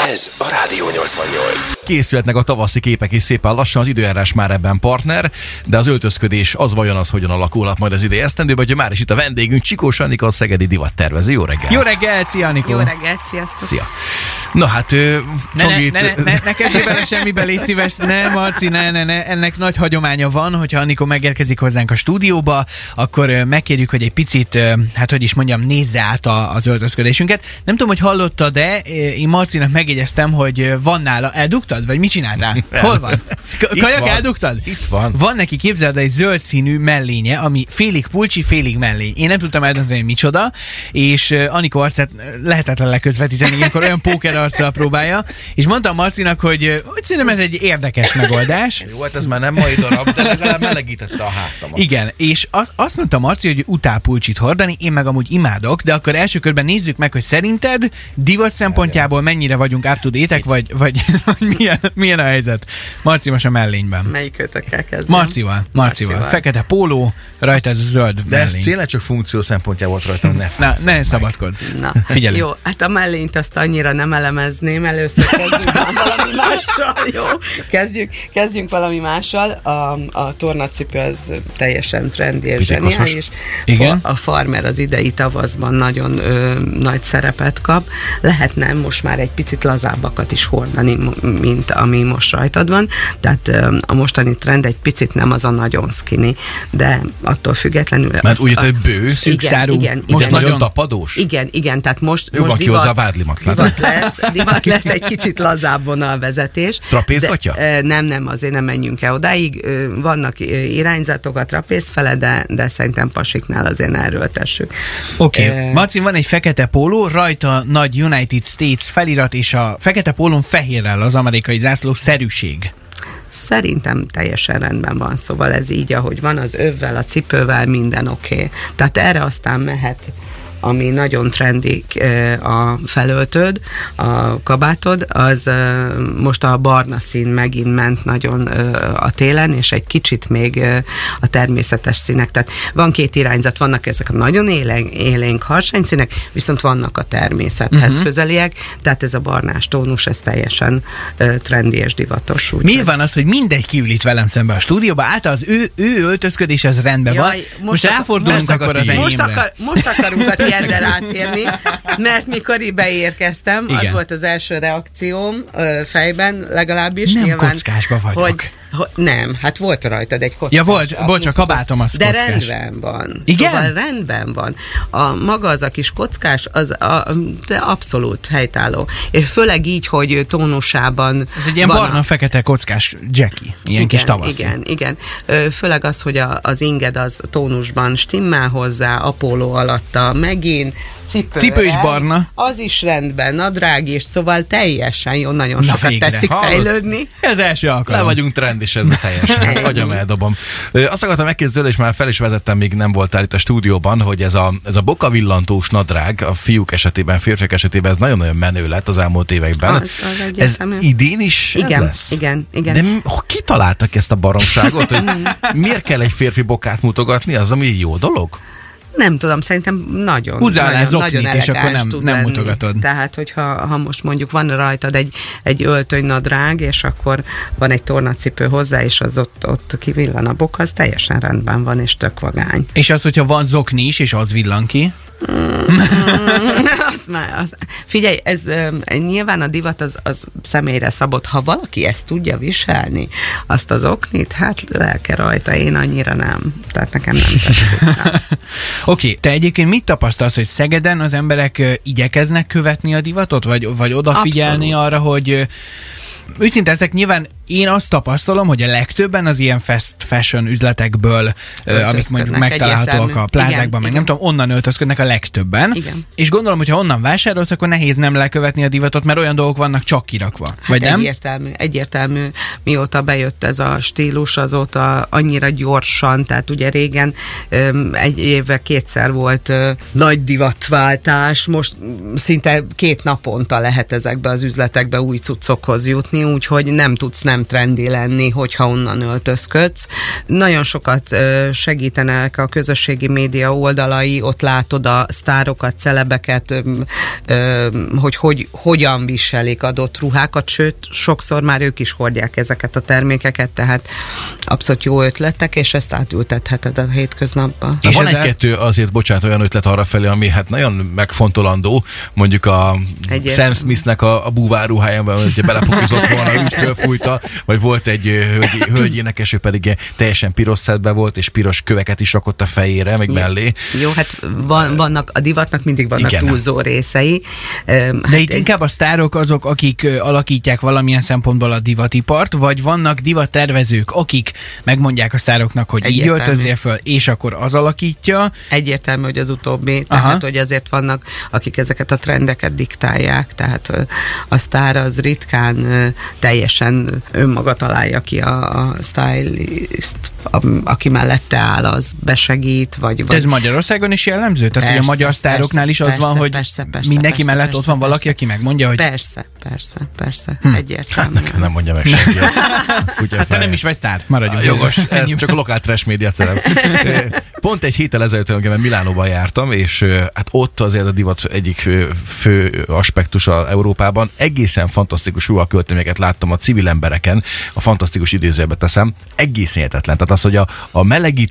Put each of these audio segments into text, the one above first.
Ez a Rádió 88. Készülhetnek a tavaszi képek is szépen lassan, az időjárás már ebben partner, de az öltözködés az vajon az hogyan alakulhat majd az idei esztendőben, hogy már is itt a vendégünk, Csikós Anika, a szegedi divattervező. Jó reggelt! Jó reggelt, szia Anikó! Jó reggelt, sziasztok! Szia! Na hát, ne kezdjél bele semmibe, légy szíves, ne Marci, ne, ennek nagy hagyománya van, hogyha Anikó megérkezik hozzánk a stúdióba, akkor megkérjük, hogy egy picit, hát hogy is mondjam, nézze át az öltözködésünket. Nem tudom, hogy hallottad, de én Marcinak megjegyeztem, hogy van nála, eldugtad, vagy mit csináltál? Hol van? Kajak, eldugtad? Itt van. Van neki, képzeld, egy zöld színű mellénye, ami félig pulcsi, félig mellény. Én nem tudtam eldönteni, micsoda, és Anikó arcát lehetetlen leközvetíteni, ilyenkor olyan póker arccal próbálja, és mondtam Marcinak, hogy szerintem ez egy érdekes megoldás. Jó, hát ez már nem mai darab, de legalább melegítette a hátamat. Igen, és azt mondta Marci, hogy utál pulcsit hordani, én meg amúgy imádok, de akkor első körben nézzük meg, hogy szerinted divat szempontjából mennyire vagyunk up-to-date-ek, vagy milyen a helyzet? Marci most a mellényben. Melyikőtökkel kezdem? Marcival. Fekete póló, rajta ez a zöld de mellény. ez tényleg csak funkció szempontjából rajtam, ne szabadkodz. Na, figyelj. Jó, hát a mellényt azt annyira nem elemezném, először kezdjünk valami mással, jó? Kezdjünk valami mással. A tornacipő az teljesen trendi és zseniális. Igen. A farmer az idei tavaszban nagyon nagy szerepet kap. Lehetne most már egy picit lazábbakat is hordani, mint ami most rajtad van. Tehát a mostani trend egy picit nem az a nagyon skinny, de attól függetlenül... Mert úgy, hogy bő, szűkszárú, most nagyon tapadós? Igen, tehát most divat lesz egy kicsit lazább vonalvezetés. Trapézgatja? Nem, azért nem menjünk el odáig. Vannak irányzatok a trapéz fele, de szerintem pasiknál azért erőltessük. Oké. Marci, van egy fekete póló, rajta nagy United States felirat, és a fekete pólón fehérrel az amerikai zászló szerűség. Szerintem teljesen rendben van, szóval ez így, ahogy van, az övvel, a cipővel, minden oké. Tehát erre aztán mehet, ami nagyon trendi a felöltöd, a kabátod, az most a barna szín megint ment nagyon a télen, és egy kicsit még a természetes színek. Tehát van két irányzat, vannak ezek a nagyon élénk harsányszínek, viszont vannak a természethez közeliek, tehát ez a barnás tónus, ez teljesen trendi és divatos. Miért van az, hogy mindegy kiül itt velem szembe a stúdióba? Által az ő öltözködés az rendben van. Most ráfordulunk akkor az enyémre. Most akarunk a tiédre rátérni, mert mikor beérkeztem, igen, az volt az első reakcióm fejben, legalábbis. Nem nyilván, kockásba vagyok. Nem, hát volt rajtad egy kockás. Ja, volt, bocs, a kabátom az kockás. De rendben van. Igen? Szóval rendben van. Maga az a kis kockás, de abszolút helytálló. És főleg így, hogy tónusában... Ez egy ilyen barna-fekete kockás Jackie, ilyen kis tavaszi. Igen. Főleg az, hogy az inged az tónusban stimmel hozzá, a póló alatta megint, cipő is barna. Az is rendben, nadrág is, szóval teljesen jó, nagyon sokat tetszik fejlődni. Ez első alkalom. Le vagyunk trendisedve teljesen, agyam eldobom. Azt akartam megkérdezni, és már fel is vezettem, még nem voltál itt a stúdióban, hogy ez a bokavillantós nadrág a fiúk esetében, férfiak esetében ez nagyon-nagyon menő lett az elmúlt években. Ez idén is lesz? Igen. De ki találtak ezt a baromságot, hogy miért kell egy férfi bokát mutogatni, az ami jó dolog? Nem tudom, szerintem nagyon zoknit, és akkor nem mutogatod. Tehát, hogyha most mondjuk van rajtad egy öltönynadrág, és akkor van egy tornacipő hozzá, és az ott kivillan a bok, az teljesen rendben van, és tök vagány. És az, hogyha van zokni is, és az villan ki? Figyelj, ez nyilván a divat az személyre szabott. Ha valaki ezt tudja viselni, azt az oknit, hát lelke rajta, én annyira nem. Tehát nekem nem tetszik. Oké, te egyébként mit tapasztalsz, hogy Szegeden az emberek igyekeznek követni a divatot, vagy odafigyelni arra, hogy őszinte ezek nyilván én azt tapasztalom, hogy a legtöbben az ilyen fast fashion üzletekből, amik mondjuk megtalálhatóak a plázákban, meg nem tudom, onnan öltözködnek a legtöbben. Igen. És gondolom, hogy ha onnan vásárolsz, akkor nehéz nem lekövetni a divatot, mert olyan dolgok vannak csak kirakva. Hát vagy nem? Egyértelmű. Mióta bejött ez a stílus, azóta annyira gyorsan, tehát ugye régen egy évvel kétszer volt nagy divatváltás, most szinte 2 naponta lehet ezekbe az üzletekbe új cuccokhoz jutni. működtetni, úgyhogy nem tudsz nem trendi lenni, hogyha onnan öltözködsz. Nagyon sokat segítenek a közösségi média oldalai, ott látod a sztárokat, celebeket, hogy hogyan viselik adott ruhákat, sőt, sokszor már ők is hordják ezeket a termékeket, tehát abszolút jó ötletek, és ezt átültetheted a hétköznapba. És van egy-kettő azért, bocsánat, olyan ötlet arrafelé, ami hát nagyon megfontolandó, mondjuk a Sam Smithnek a búvárruhájában, hogyha belepokizott volna, úgy fölfújta, vagy volt egy hölgy énekeső, pedig teljesen piros szedbe volt, és piros köveket is rakott a fejére, meg mellé. Jó, hát vannak, a divatnak mindig vannak túlzó részei. De itt inkább a sztárok azok, akik alakítják valamilyen szempontból a divatipart, vagy vannak divattervezők, akik megmondják a sztároknak, hogy így öltözzél föl, és akkor az alakítja. Egyértelmű, hogy az utóbbi, tehát hogy azért vannak, akik ezeket a trendeket diktálják, tehát a sztár az ritkán teljesen önmaga találja ki a stylist, aki mellette áll, az besegít, vagy... De ez Magyarországon is jellemző? Tehát persze, hogy a magyar sztároknál is az van, hogy mindenki mellett ott van valaki, aki megmondja, hogy... Persze, egyértelmű. Nem mondja meg senki. Hát te nem is vagy sztár, maradjunk. Jogos, ez csak a lokál trash média celeb. Pont egy héttel ezelőtt, amikor Milánóban jártam, és hát ott azért a divat egyik fő aspektusa Európában. Egészen fantasztikus ruhakölteményeket láttam a civil embereken, a fantasztikus idézőjelbe teszem, egészen hihetetlen. Tehát az, hogy a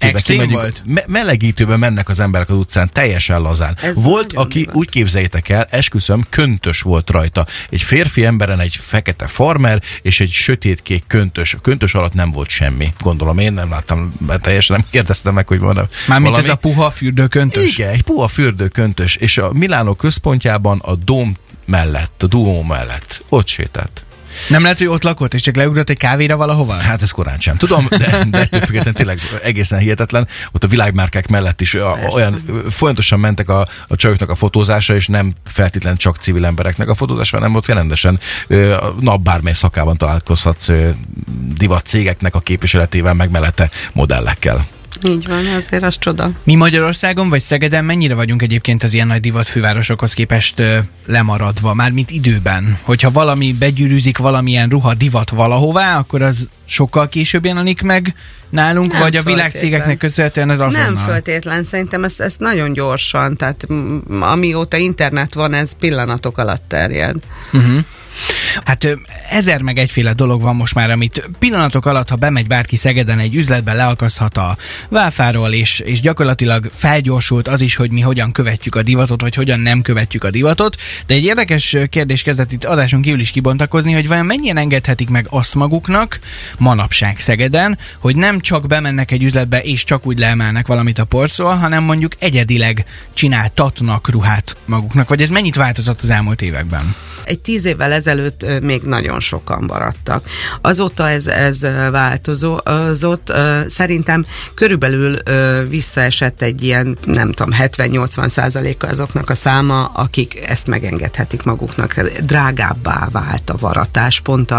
melegítőben mennek az emberek az utcán teljesen lazán. Ez volt, aki divat. Úgy képzeljétek el, esküszöm, köntös volt rajta. egy férfi emberen egy fekete farmer, és egy sötétkék köntös. A köntös alatt nem volt semmi. Gondolom, én nem láttam, teljesen nem kérdeztem meg, hogy van mármint ez a puha fürdőköntös? Igen, egy puha fürdőköntös, és a Milánó központjában a Dóm mellett, a Duomo mellett, ott sétált. Nem lehet, hogy ott lakott, és csak leugrott egy kávéra valahova? Hát ez korán sem tudom, de ettől függetlenül tényleg egészen hihetetlen. Ott a világmárkák mellett is olyan folyamatosan mentek a csajoknak a fotózása, és nem feltétlenül csak civil embereknek a fotózása, hanem ott rendesen nap bármely szakában találkozhatsz divat cégeknek a képviseletével, meg mellette modellekkel. Így van, azért az csoda. Mi Magyarországon vagy Szegeden mennyire vagyunk egyébként az ilyen nagy divat fővárosokhoz képest lemaradva, mármint időben? Hogyha valami begyűrűzik valamilyen ruha divat valahová, akkor az sokkal később jelenik meg nálunk, nem vagy a világcégeknek köszönhetően az azonnal? Nem feltétlen, szerintem ezt nagyon gyorsan, tehát amióta internet van, ez pillanatok alatt terjed. Uh-huh. Hát 1000 meg egyféle dolog van most már, amit pillanatok alatt, ha bemegy bárki Szegeden egy üzletbe, leakaszthat a válfáról, és gyakorlatilag felgyorsult az is, hogy mi hogyan követjük a divatot, vagy hogyan nem követjük a divatot. De egy érdekes kérdés kezdett itt adáson kívül is kibontakozni, hogy vajon mennyien engedhetik meg azt maguknak manapság Szegeden, hogy nem csak bemennek egy üzletbe, és csak úgy leemelnek valamit a polcról, hanem mondjuk egyedileg csináltatnak ruhát maguknak. Vagy ez mennyit változott az elmúlt években? Egy 10 évvel ezelőtt még nagyon sokan maradtak. Azóta ez változott. Szerintem körülbelül visszaesett egy ilyen, nem tudom, 70-80% azoknak a száma, akik ezt megengedhetik maguknak. Drágábbá vált a varatás pont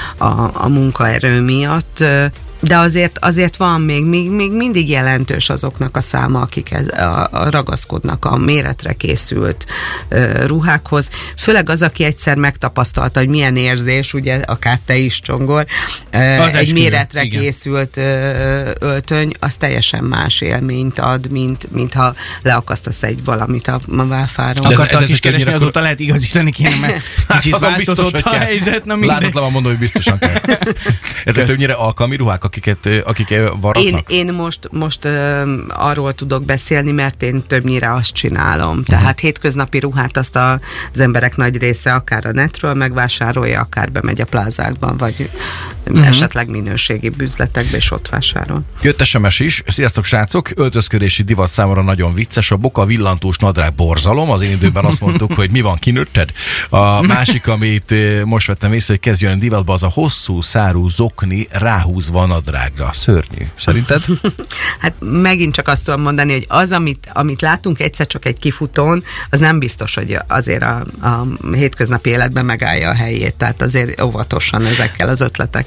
a munkaerő miatt. De azért van még mindig jelentős azoknak a száma, akik ragaszkodnak a méretre készült ruhákhoz. Főleg az, aki egyszer megtapasztalta, hogy milyen érzés, ugye akár te is, Csongor, egy méretre készült öltöny, az teljesen más élményt ad, mint ha leakasztasz egy valamit a válfáról. Akartak is keresni, azóta lehet igazítani kéne, mert kicsit változott a helyzet. Láthatatlan mondom, hogy biztosan kell. Ezek többnyire alkalmi ruhák, akik varatnak? Én most arról tudok beszélni, mert én többnyire azt csinálom. Tehát hétköznapi ruhát azt az emberek nagy része akár a netről megvásárolja, akár bemegy a plázákban, vagy esetleg minőségi üzletekbe, és ott vásárol. Jött SMS is. Sziasztok, srácok! Öltözködési divat számomra nagyon vicces. A boka villantós nadrág borzalom. Az én időben azt mondtuk, hogy mi van, kinőtted? A másik, amit most vettem észre, hogy kezd jönni divatba, az a hosszú szárú zokni ráhúzva a nadrágra. Szörnyű. Szerinted? Hát megint csak azt tudom mondani, hogy az, amit látunk egyszer csak egy kifutón, az nem biztos, hogy azért a hétköznapi életben megállja a helyét. Tehát azért óvatosan ezekkel az ötletekkel.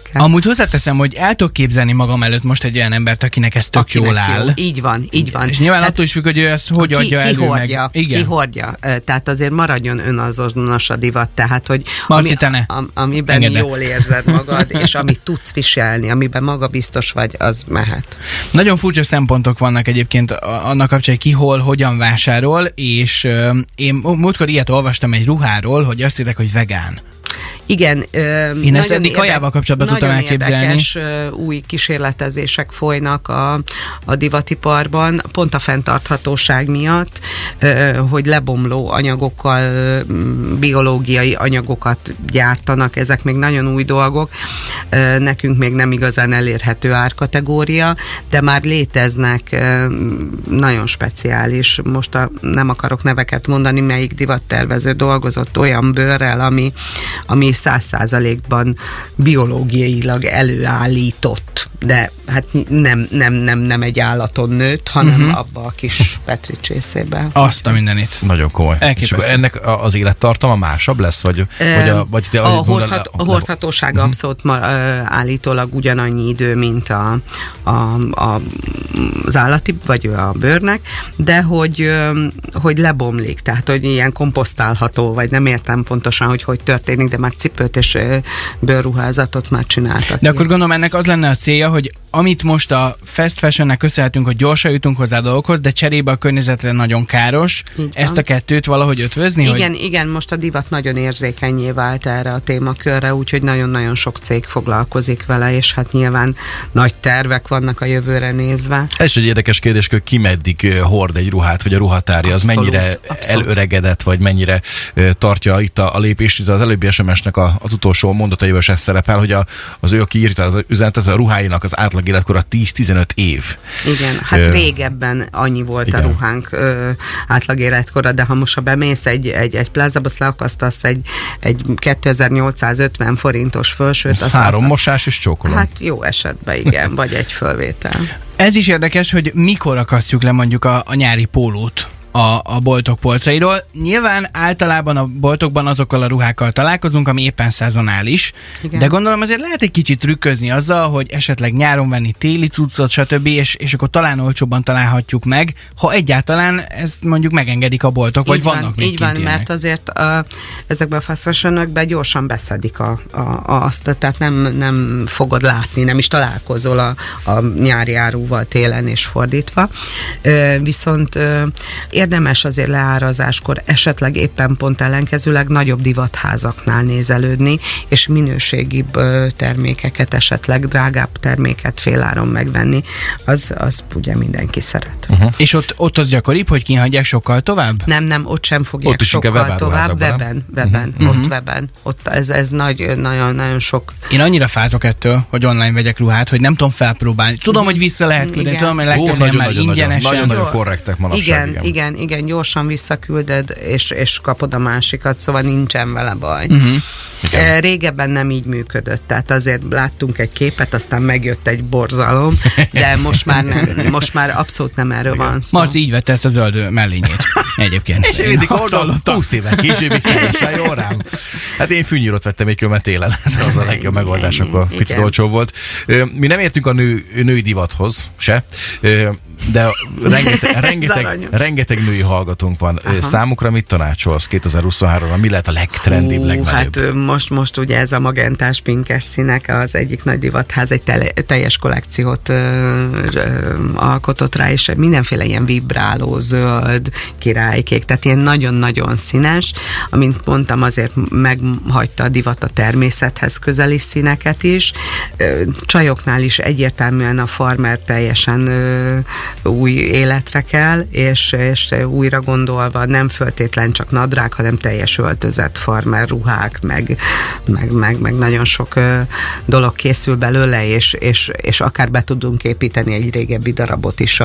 kell. Amúgy hozzáteszem, hogy el tudok képzelni magam előtt most egy olyan embert, akinek ez tök jól áll. Jó. Így van. És nyilván attól is függ, hogy ő ezt hogy adja elő hordja, meg. Igen. Ki hordja. Tehát azért maradjon önazonos a divat, tehát hogy amiben engedde. Jól érzed magad, és amit tudsz viselni, amiben magabiztos vagy, az mehet. Nagyon furcsa szempontok vannak egyébként annak kapcsán, hogy ki hol, hogyan vásárol, és én múltkor ilyet olvastam egy ruháról, hogy azt írták, hogy vegán. Igen. Én ezt eddig kajával kapcsolatban tudtam elképzelni. Nagyon érdekes új kísérletezések folynak a divatiparban, pont a fenntarthatóság miatt, hogy lebomló anyagokkal, biológiai anyagokat gyártanak, ezek még nagyon új dolgok, nekünk még nem igazán elérhető árkategória, de már léteznek nagyon speciális, most nem akarok neveket mondani, melyik divattervező dolgozott olyan bőrrel, ami 100%-ban biológiailag előállított, de hát nem egy állaton nőtt, hanem abba a kis petricsészébe. Azt a mindenit. Nagyon komoly. És akkor ennek az élettartama másabb lesz? A hordhatósága abszolút állítólag ugyanannyi idő, mint az állati, vagy a bőrnek, de hogy lebomlik, tehát hogy ilyen komposztálható, vagy nem értem pontosan, hogy történik, de már cipőt és bőrruházatot már csináltak. De akkor gondolom ennek az lenne a célja, hogy amit most a fast fashionnek köszönhetünk, hogy gyorsan jutunk hozzá a dolgokhoz, de cserébe a környezetre nagyon káros, ezt a kettőt valahogy ötvözni? Igen, most a divat nagyon érzékenyé vált erre a témakörre, úgyhogy nagyon-nagyon sok cég foglalkozik vele, és hát nyilván nagy tervek vannak a jövőre nézve. Ez egy érdekes kérdés, hogy ki meddig hord egy ruhát, vagy a ruhatárja, az mennyire elöregedett, vagy mennyire tartja itt a lépést. Itt az előbbi SMS-nek az utolsó mondataival is ez szerepel, hogy az ő, aki írta az üzenetet, a ruháinak az átlag életkora 10-15 év. Igen, hát régebben annyi volt a ruhánk átlag életkora, de ha most bemész egy plázába, azt leakasztasz egy 2850 forintos fölsőt. Az 3 mosás és csókolom. Hát jó esetben igen, vagy egy fölvétel. Ez is érdekes, hogy mikor akasztjuk le mondjuk a nyári pólót a boltok polcairól. Nyilván általában a boltokban azokkal a ruhákkal találkozunk, ami éppen szezonális, igen. De gondolom azért lehet egy kicsit trükközni azzal, hogy esetleg nyáron venni téli cuccot, stb., és akkor talán olcsóbban találhatjuk meg, ha egyáltalán ezt mondjuk megengedik a boltok, vagy vannak még így van, mert azért ezekben a fast fashion-ökben gyorsan beszedik azt, tehát nem fogod látni, nem is találkozol a nyári árúval télen és fordítva. Viszont érdemes azért leárazáskor esetleg éppen pont ellenkezőleg nagyobb divatházaknál nézelődni, és minőségibb termékeket, esetleg drágább terméket féláron megvenni. Az ugye mindenki szeret. És ott az gyakoribb, hogy kihagyják sokkal tovább? Nem, ott sem fogják ott sokkal tovább. Weben. Ott ez nagyon sok. Én annyira fázok ettől, hogy online vegyek ruhát, hogy nem tudom felpróbálni. Tudom, hogy vissza lehet küldeni, tudom, hogy legtöbb már ingyenesen. Nagyon korrektek manapság. Igen, gyorsan visszakülded, és kapod a másikat, szóval nincsen vele baj. Régebben nem így működött, tehát azért láttunk egy képet, aztán megjött egy borzalom, de most már abszolút nem erről van szó. Marci így vette ezt a zöld mellényét egyébként. És én mindig oldalom 20 éven később is jó rám. Hát én fűnyírót vettem egy kömet télen, az a legjobb megoldás, akkor picit olcsó volt. Mi nem értünk a női divathoz se, de rengeteg női hallgatónk van. Számukra mit tanácsolsz 2023-ban? Mi lehet a legtrendibb, legnagyobb? Hát most ugye ez a magentás, pinkes színek, az egyik nagy divatház egy teljes kollekciót alkotott rá, és mindenféle ilyen vibráló, zöld, királykék, tehát ilyen nagyon-nagyon színes, amint mondtam, azért meghagyta a divat a természethez közeli színeket is. Csajoknál is egyértelműen a farmer teljesen új életre kell, és újra gondolva nem föltétlen csak nadrág, hanem teljes öltözet, farmer ruhák, meg nagyon sok dolog készül belőle, és akár be tudunk építeni egy régebbi darabot is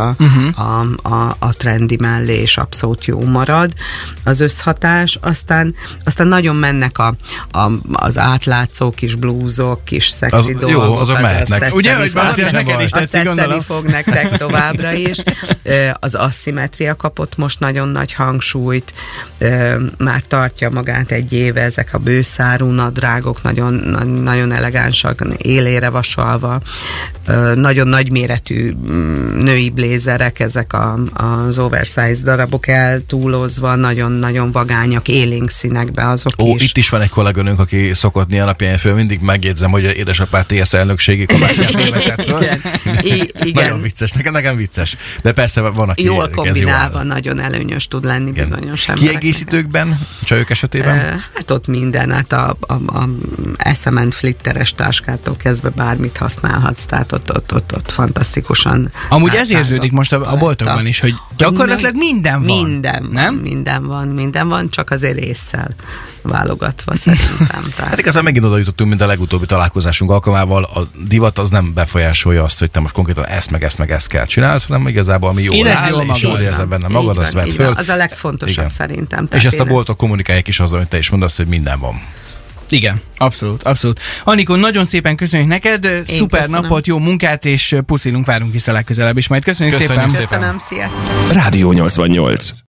a trendi mellé, és abszolút jó marad az összhatás. Aztán nagyon mennek az átlátszó kis blúzok, kis szexi dolgok. Jó, azok mehetnek. Ugye, hogy azért neked is tetszik, gondolom. Azt tetszeni fog nektek továbbra továbbra is. Az asszimetria kapott most nagyon nagy hangsúlyt, már tartja magát egy éve, ezek a bőszárú nadrágok, nagyon, nagyon elegánsak, élére vasalva, nagyon nagyméretű női blézerek, ezek az oversize darabok eltúlozva, nagyon-nagyon vagányak, élénk színekbe azok is. Itt is van egy kolléganőnk, aki szokott ilyen napján föl, mindig megjegyzem, hogy édesapát TSZ elnökségi Igen. Nagyon vicces, nekem vicces. De persze van, aki jól kombinálva, nagyon előnyös tud lenni bizonyos embereknek. Kiegészítőkben, csajok esetében? Hát ott minden, hát a eszement flitteres táskától kezdve bármit használhatsz, tehát ott fantasztikusan. Amúgy ez érződik most a boltokban is, hogy gyakorlatilag minden van. Minden van, csak azért ésszel válogatva szerintem. Hát igazán megint oda jutottunk, mint a legutóbbi találkozásunk alkalmával. A divat az nem befolyásolja azt, hogy te most konkrétan ezt kell csinálni, hanem igazából ami jól áll, és jól érzed benne magad, azt vedd föl. Az a legfontosabb szerintem. És ezt a boltok kommunikálják is azzal, hogy te is mondasz, hogy minden van. Igen, abszolút. Anikó, nagyon szépen köszönjük neked, szuper napot, jó munkát, és puszilunk, várunk vissza legközelebb is. Majd köszönjük szépen. Köszönöm, sziasztok. Rádió 88.